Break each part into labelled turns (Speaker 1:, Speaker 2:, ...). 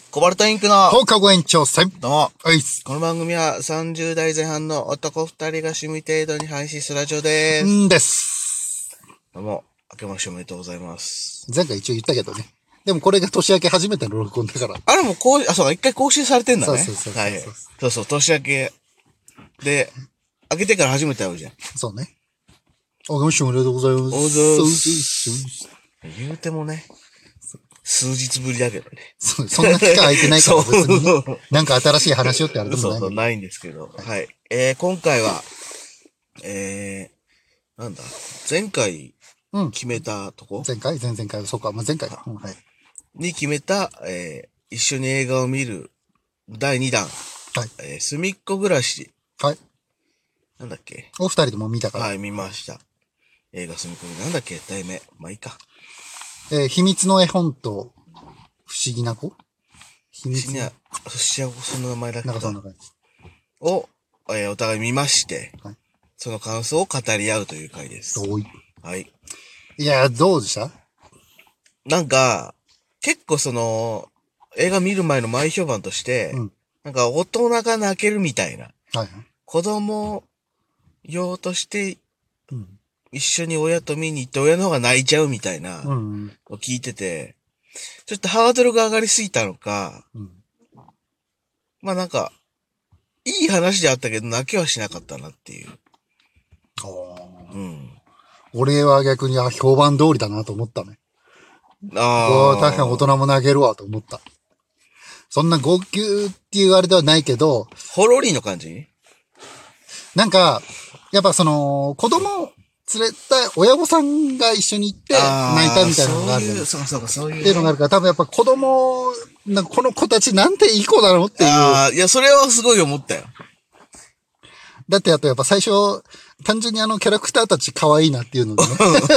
Speaker 1: コバルトインクの
Speaker 2: 放課後延長戦。
Speaker 1: どうも。
Speaker 2: はいっす。
Speaker 1: この番組は30代前半の男2人が趣味程度に配信するラジオです。
Speaker 2: んです。
Speaker 1: どうも、明けましておめでとうございます。
Speaker 2: 前回一応言ったけどね。でもこれが年明け初めての録音だから。
Speaker 1: あれもそうか、一回更新されてんだね。
Speaker 2: そう。
Speaker 1: はい。そう、年明け。で、明けてから初めて会うじゃん。
Speaker 2: そうね。明けましておめでとうございます。
Speaker 1: おめでとうございます。言うてもね、数日ぶりだけどね。
Speaker 2: そんな期間空いてないから別にね。なんか新しい話をってあれでもない。
Speaker 1: そう、ないんですけど。はい。今回は、なんだ、前回決めたとこ、
Speaker 2: 前々回、そうか、前回か。はい。
Speaker 1: に決めた、一緒に映画を見る第2弾。
Speaker 2: はい。
Speaker 1: すみっこ暮らし。
Speaker 2: はい。
Speaker 1: なんだっけ？
Speaker 2: お二人でも見たから。
Speaker 1: はい、見ました。映画すみっこ暮らし。なんだっけ？題名。まあいいか。
Speaker 2: 秘密の絵本と不思議な子
Speaker 1: 不思議な、そんな名前だった。
Speaker 2: なんかそんな感じ。
Speaker 1: を、お互い見まして、
Speaker 2: はい、
Speaker 1: その感想を語り合うという回です。はい。
Speaker 2: いや、どうでした？
Speaker 1: なんか、結構映画見る前の前評判として、なんか大人が泣けるみたいな。
Speaker 2: はい。
Speaker 1: 子供用として、一緒に親と見に行って親の方が泣いちゃうみたいな、を聞いてて、ちょっとハードルが上がりすぎたのか、まあなんか、いい話であったけど泣けはしなかったなっていう。
Speaker 2: 俺は逆に評判通りだなと思ったね。確かに大人も泣けるわと思った。そんな号泣っていうあれではないけど、
Speaker 1: ほろりの感じ？
Speaker 2: なんか、やっぱ子供連れた親御さんが一緒に行って泣いたみたいなのがあるじゃない。
Speaker 1: そういう。
Speaker 2: っていうのがあるから、多分やっぱ子供、この子たちなんていい子だろうっていう。
Speaker 1: いや、それはすごい思ったよ。
Speaker 2: だってあとやっぱ最初、単純にキャラクターたち可愛いなっていうのでね。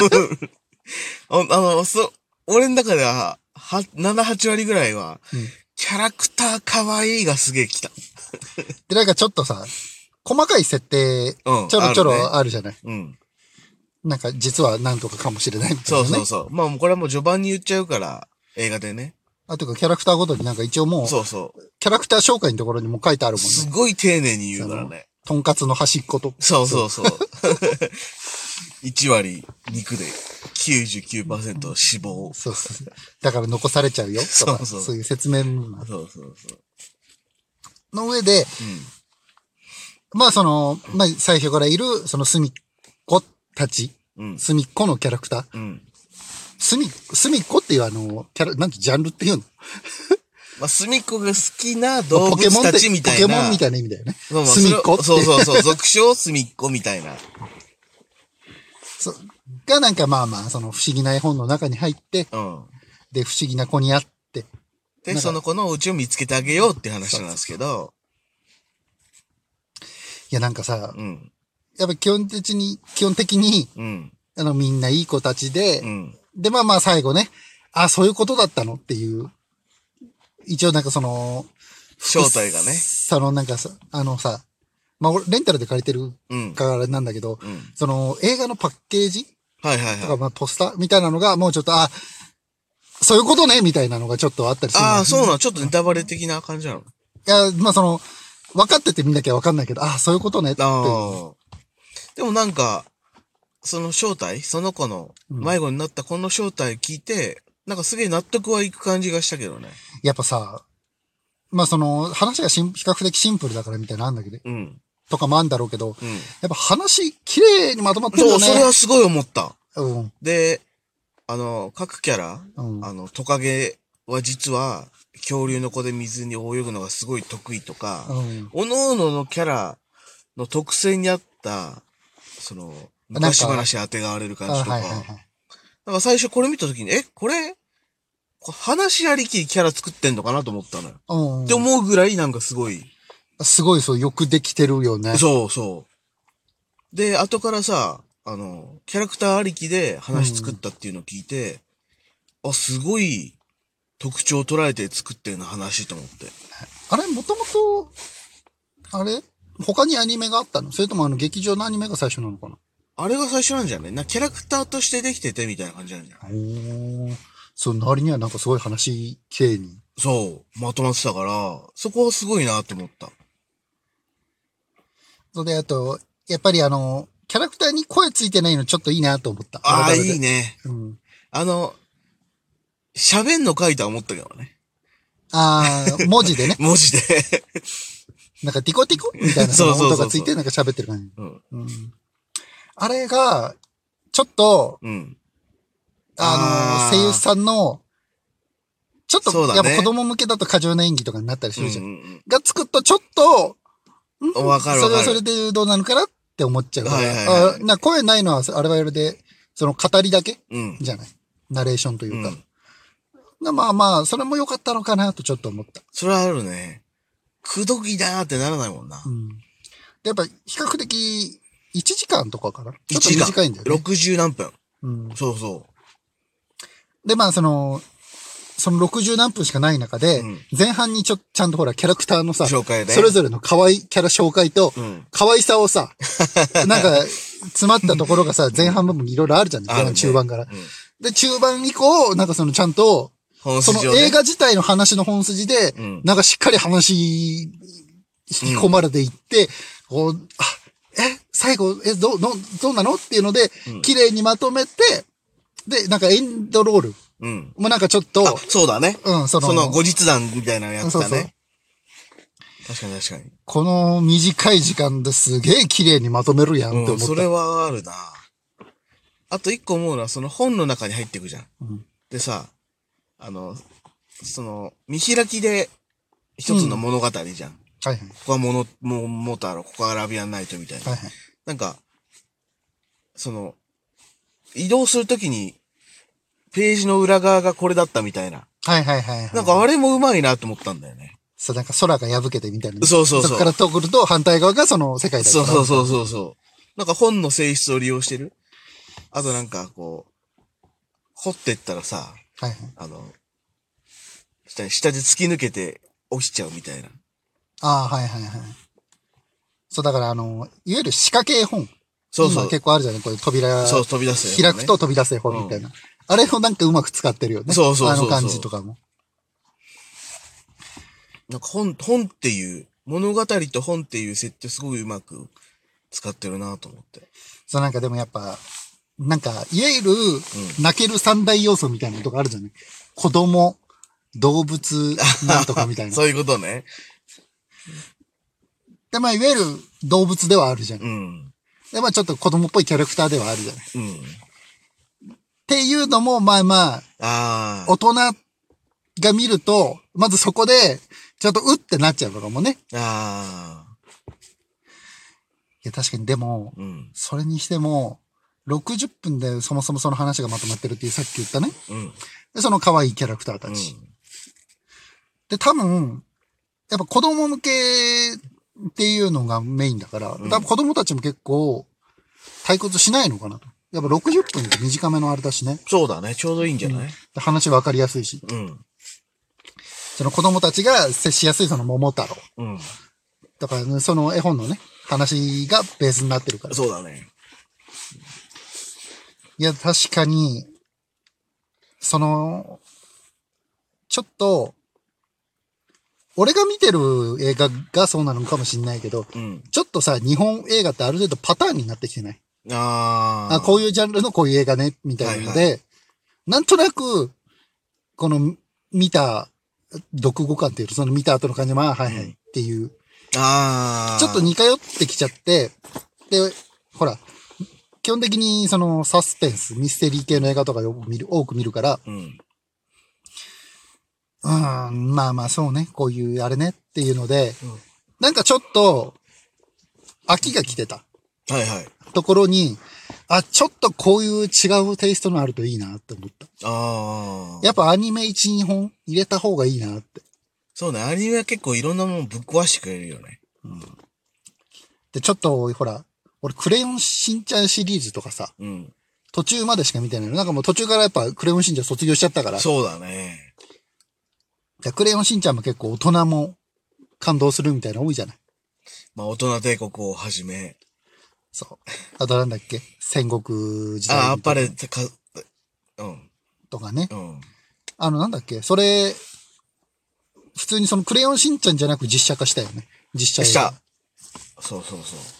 Speaker 1: 俺の中では、7、8割ぐらいは、キャラクター可愛いがすげえ来た。
Speaker 2: で、なんかちょっとさ、細かい設定、ちょろちょろあるじゃない。なんか実はなんとかかもしれないみたいな、ね。
Speaker 1: そう。まあこれはもう序盤に言っちゃうから、映画でね。
Speaker 2: あとかキャラクターごとになんか一応もう、キャラクター紹介のところにも書いてあるもんね。
Speaker 1: すごい丁寧に言うからね。
Speaker 2: とんかつの端っこと。
Speaker 1: そう。1割肉で 99% 脂肪。
Speaker 2: そう。だから残されちゃうよ。そういう説明も。
Speaker 1: そう。
Speaker 2: の上で、まあまあ最初からいる、すみっこたち、すみっこのキャラクター。すみっこっていうキャラ、なんてジャンルっていうの
Speaker 1: まあ、すみっこが好きな動物たちみたいな。
Speaker 2: ポケモンみたいな意味だよね。
Speaker 1: すみっこって。そう。俗称すみっこみたいな。
Speaker 2: がなんかまあ不思議な絵本の中に入って、で、不思議な子に会って。
Speaker 1: で、その子のお家を見つけてあげようって話なんですけど。
Speaker 2: いやなんかさ、やっぱ基本的に、みんないい子たちで、で、まあ最後ね、そういうことだったのっていう、一応なんか
Speaker 1: 正体がね。
Speaker 2: なんかまあレンタルで借りてるからなんだけど、映画のパッケージとか、まあポスターみたいなのがもうちょっと、そういうことねみたいなのがちょっとあったりする。
Speaker 1: そうなの？ちょっとネタバレ的な感じなの？い
Speaker 2: や、まあ分かってて見なきゃ分かんないけど、そういうことねっていう。
Speaker 1: でもなんか、その正体、その子の迷子になったこの正体聞いて、なんかすげえ納得はいく感じがしたけどね。
Speaker 2: やっぱさ、まあ話が比較的シンプルだからみたいなのあんだけど、とかもあんだろうけど、やっぱ話綺麗にまとまってるよね。
Speaker 1: そう、それはすごい思った。で、各キャラ、トカゲは実は、恐竜の子で水に泳ぐのがすごい得意とか、各々のキャラの特性に合った、昔話当てがわれる感じとか、なんか最初これ見たときに、これ話ありきキャラ作ってんのかなと思ったのよ。って思うぐらいなんかすごい、
Speaker 2: よくできてるよね。
Speaker 1: そう。で、後からさ、キャラクターありきで話作ったっていうのを聞いて、すごい特徴を捉えて作ってるの話と思って。
Speaker 2: あれ、もともと、他にアニメがあったの？それとも劇場のアニメが最初なのかな？
Speaker 1: あれが最初なんじゃない？キャラクターとしてできててみたいな感じなんじゃない？
Speaker 2: その周りにはなんかすごい話、綺麗に
Speaker 1: そう、まとまってたから、そこはすごいなって思った。
Speaker 2: それで、あと、やっぱりキャラクターに声ついてないのちょっといいなと思った。
Speaker 1: ああ、いいね。
Speaker 2: うん。
Speaker 1: 喋んの書いた思ったけどね。
Speaker 2: ああ、文字でね。
Speaker 1: 文字で。
Speaker 2: なんかティコティコみたいなその音がついてなんか喋ってる感じ。うん。うん、あれが、ちょっと、うん、声優さんの、ちょっと、やっぱ子供向けだと過剰な演技とかになったりするじゃん。うんうんうん、がつくとちょっと、
Speaker 1: わかる。
Speaker 2: それはそれでどうなのかなって思っちゃうから。はいはいはい、声ないのは、あれはあれで、その語りだけ、うん、じゃない。ナレーションというか。うん、まあまあ、それも良かったのかなとちょっと思った。
Speaker 1: それはあるね。くどきだなってならないもんな。
Speaker 2: うん。で、やっぱ比較的、1時間とかかな。ちょっと短いんだよね。
Speaker 1: 60何分。うん。そうそう。
Speaker 2: で、まあその60何分しかない中で、うん、前半にちゃんとほら、キャラクターのさ、紹介ね、それぞれの可愛いキャラ紹介と、うん、可愛さをさ、なんか、詰まったところがさ、前半部分いろいろあるじゃん、前半中盤から。うん、で、中盤以降、なんかそのちゃんと、その映画自体の話の本筋で、うん、なんかしっかり話、引き込まれていって、こう、最後、どうなのっていうので、綺麗にまとめて、で、なんかエンドロール。うん。もうなんかちょっと。
Speaker 1: そうだね。うん、その後日談みたいなのやつだね。そうそう確かに確かに。
Speaker 2: この短い時間ですげえ綺麗にまとめるやんって思った。
Speaker 1: それはあるな。あと一個思うのは、その本の中に入っていくじゃん。うん、でさ、見開きで一つの物語じゃん。はいはい。ここはモタロ、ここはアラビアンナイトみたいな。はいはい。なんか、移動するときに、ページの裏側がこれだったみたいな。
Speaker 2: はいはいはい、はい。
Speaker 1: なんかあれもうまいなと思ったんだよね。
Speaker 2: そう、なんか空が破けてみたいな。
Speaker 1: そうそうそう。
Speaker 2: そこから遠くると反対側がその世界だった。
Speaker 1: そう。なんか本の性質を利用してる。あとなんかこう、掘ってったらさ、はいはい。下で突き抜けて落ちちゃうみたいな。
Speaker 2: ああ、はいはいはい。そう、だからいわゆる仕掛け絵本。そう。今結構あるじゃないこれ扉。そう、飛び出す、ね。開くと飛び出す絵本みたいな。あれをなんかうまく使ってるよね。そう。あの感じとかも。
Speaker 1: なんか本っていう、物語と本っていう設定すごいうまく使ってるなと思って。
Speaker 2: そうなんかでもやっぱ、なんか、いわゆる、泣ける三大要素みたいなとこあるじゃない、子供、動物、なんとかみたいな。
Speaker 1: そういうことね。
Speaker 2: で、まあ、いわゆる動物ではあるじゃん。うん。で、まあ、ちょっと子供っぽいキャラクターではあるじゃない。うん。っていうのも、まあまあ、大人が見ると、まずそこで、ちょっとうってなっちゃうのかもね。いや、確かに、でも、それにしても、60分でそもそもその話がまとまってるっていうさっき言ったね。うん。で、その可愛いキャラクターたち。で、多分、やっぱ子供向けっていうのがメインだから、多分子供たちも結構退屈しないのかなと。やっぱ60分って短めのあれだしね。
Speaker 1: そうだね。ちょうどいいんじゃない、
Speaker 2: 話わかりやすいし。うん。その子供たちが接しやすいその桃太郎。うん。だから、ね、その絵本のね、話がベースになってるから。
Speaker 1: そうだね。
Speaker 2: いや、確かに、ちょっと、俺が見てる映画がそうなのかもしんないけど、ちょっとさ、日本映画ってある程度パターンになってきてない？こういうジャンルのこういう映画ね、みたいなので、はいはい、なんとなく、この、見た、読後感っていうと、その見た後の感じは、はいはい、っていう。ちょっと似通ってきちゃって、で、ほら、基本的にそのサスペンス、ミステリー系の映画とか多く見るから、まあまあそうね、こういうあれねっていうので、なんかちょっと、飽きが来てた。はいはい。ところに、ちょっとこういう違うテイストのあるといいなって思った。やっぱアニメ1、2本入れた方がいいなって。
Speaker 1: そうね、アニメは結構いろんなものぶっ壊してくれるよね。
Speaker 2: で、ちょっと、ほら、俺、クレヨンしんちゃんシリーズとかさ、途中までしか見てないの。なんかもう途中からやっぱクレヨンしんちゃん卒業しちゃったから。
Speaker 1: そうだね。
Speaker 2: クレヨンしんちゃんも結構大人も感動するみたいなの多いじゃない。
Speaker 1: まあ、大人帝国をはじめ。
Speaker 2: そう。あとなんだっけ戦国時代。
Speaker 1: あっぱれ、
Speaker 2: とかね。なんだっけそれ、 普通にそのクレヨンしんちゃんじゃなく実写化したよね。実写
Speaker 1: した。そう。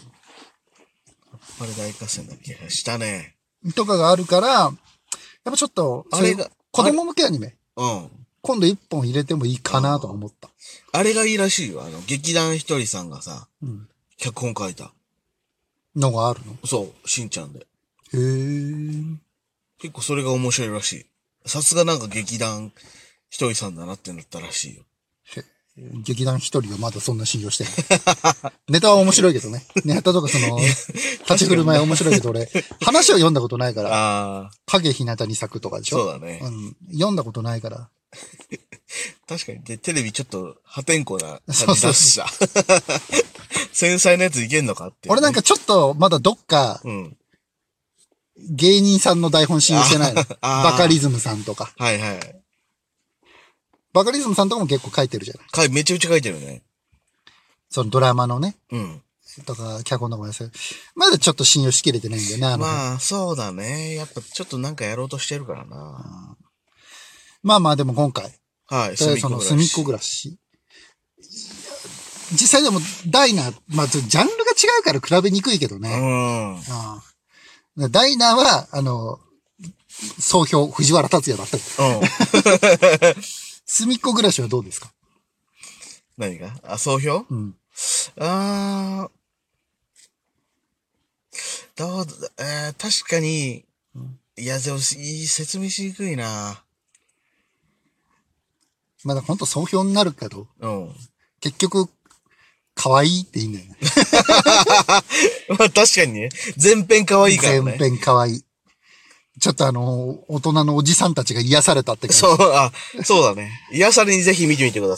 Speaker 1: あれ大合戦だっけしたね。
Speaker 2: とかがあるから、やっぱちょっと、
Speaker 1: あれが、
Speaker 2: 子供向けアニメ。
Speaker 1: うん。
Speaker 2: 今度一本入れてもいいかなと思った。
Speaker 1: あれがいいらしいよ。劇団ひとりさんがさ、脚本書いた。
Speaker 2: のがあるの？
Speaker 1: そう、しんちゃんで。
Speaker 2: へー。
Speaker 1: 結構それが面白いらしい。さすがなんか劇団ひとりさんだなってなったらしいよ。
Speaker 2: 劇団一人をまだそんな信用してない。ネタは面白いけどね。ネタとかその、立ち振る舞い面白いけど俺、話を読んだことないから。影ひなたに咲くとかでしょ？
Speaker 1: そうだね。
Speaker 2: 読んだことないから。
Speaker 1: 確かに。で、テレビちょっと破天荒な感じ出すさ。繊細なやついけんのかって、
Speaker 2: 俺なんかちょっとまだどっか、芸人さんの台本信用してないの。バカリズムさんとか。
Speaker 1: はいはい。
Speaker 2: バカリズムさんとかも結構書いてるじゃない。
Speaker 1: めちゃめちゃ書いてるね。
Speaker 2: そのドラマのね。とか、脚本とかもですまだちょっと信用しきれてないんだよな。
Speaker 1: まあ、そうだね。やっぱちょっとなんかやろうとしてるからな。
Speaker 2: まあまあでも今回。
Speaker 1: はい。
Speaker 2: その隅っこ暮らし。実際でも、ダイナー、まあ、ジャンルが違うから比べにくいけどね。ダイナーは、総評、藤原達也だった。隅っこ暮らしはどうですか？
Speaker 1: 何が？総評？確かに、いや、でも、説明しにくいな。
Speaker 2: まだほんと総評になるけど、結局、可愛いっていいんだよね。
Speaker 1: まあ確かにね。全編可愛いからね。
Speaker 2: 全編可愛い。ちょっと大人のおじさんたちが癒されたって感じ。
Speaker 1: そうだね。癒されにぜひ見てみてください。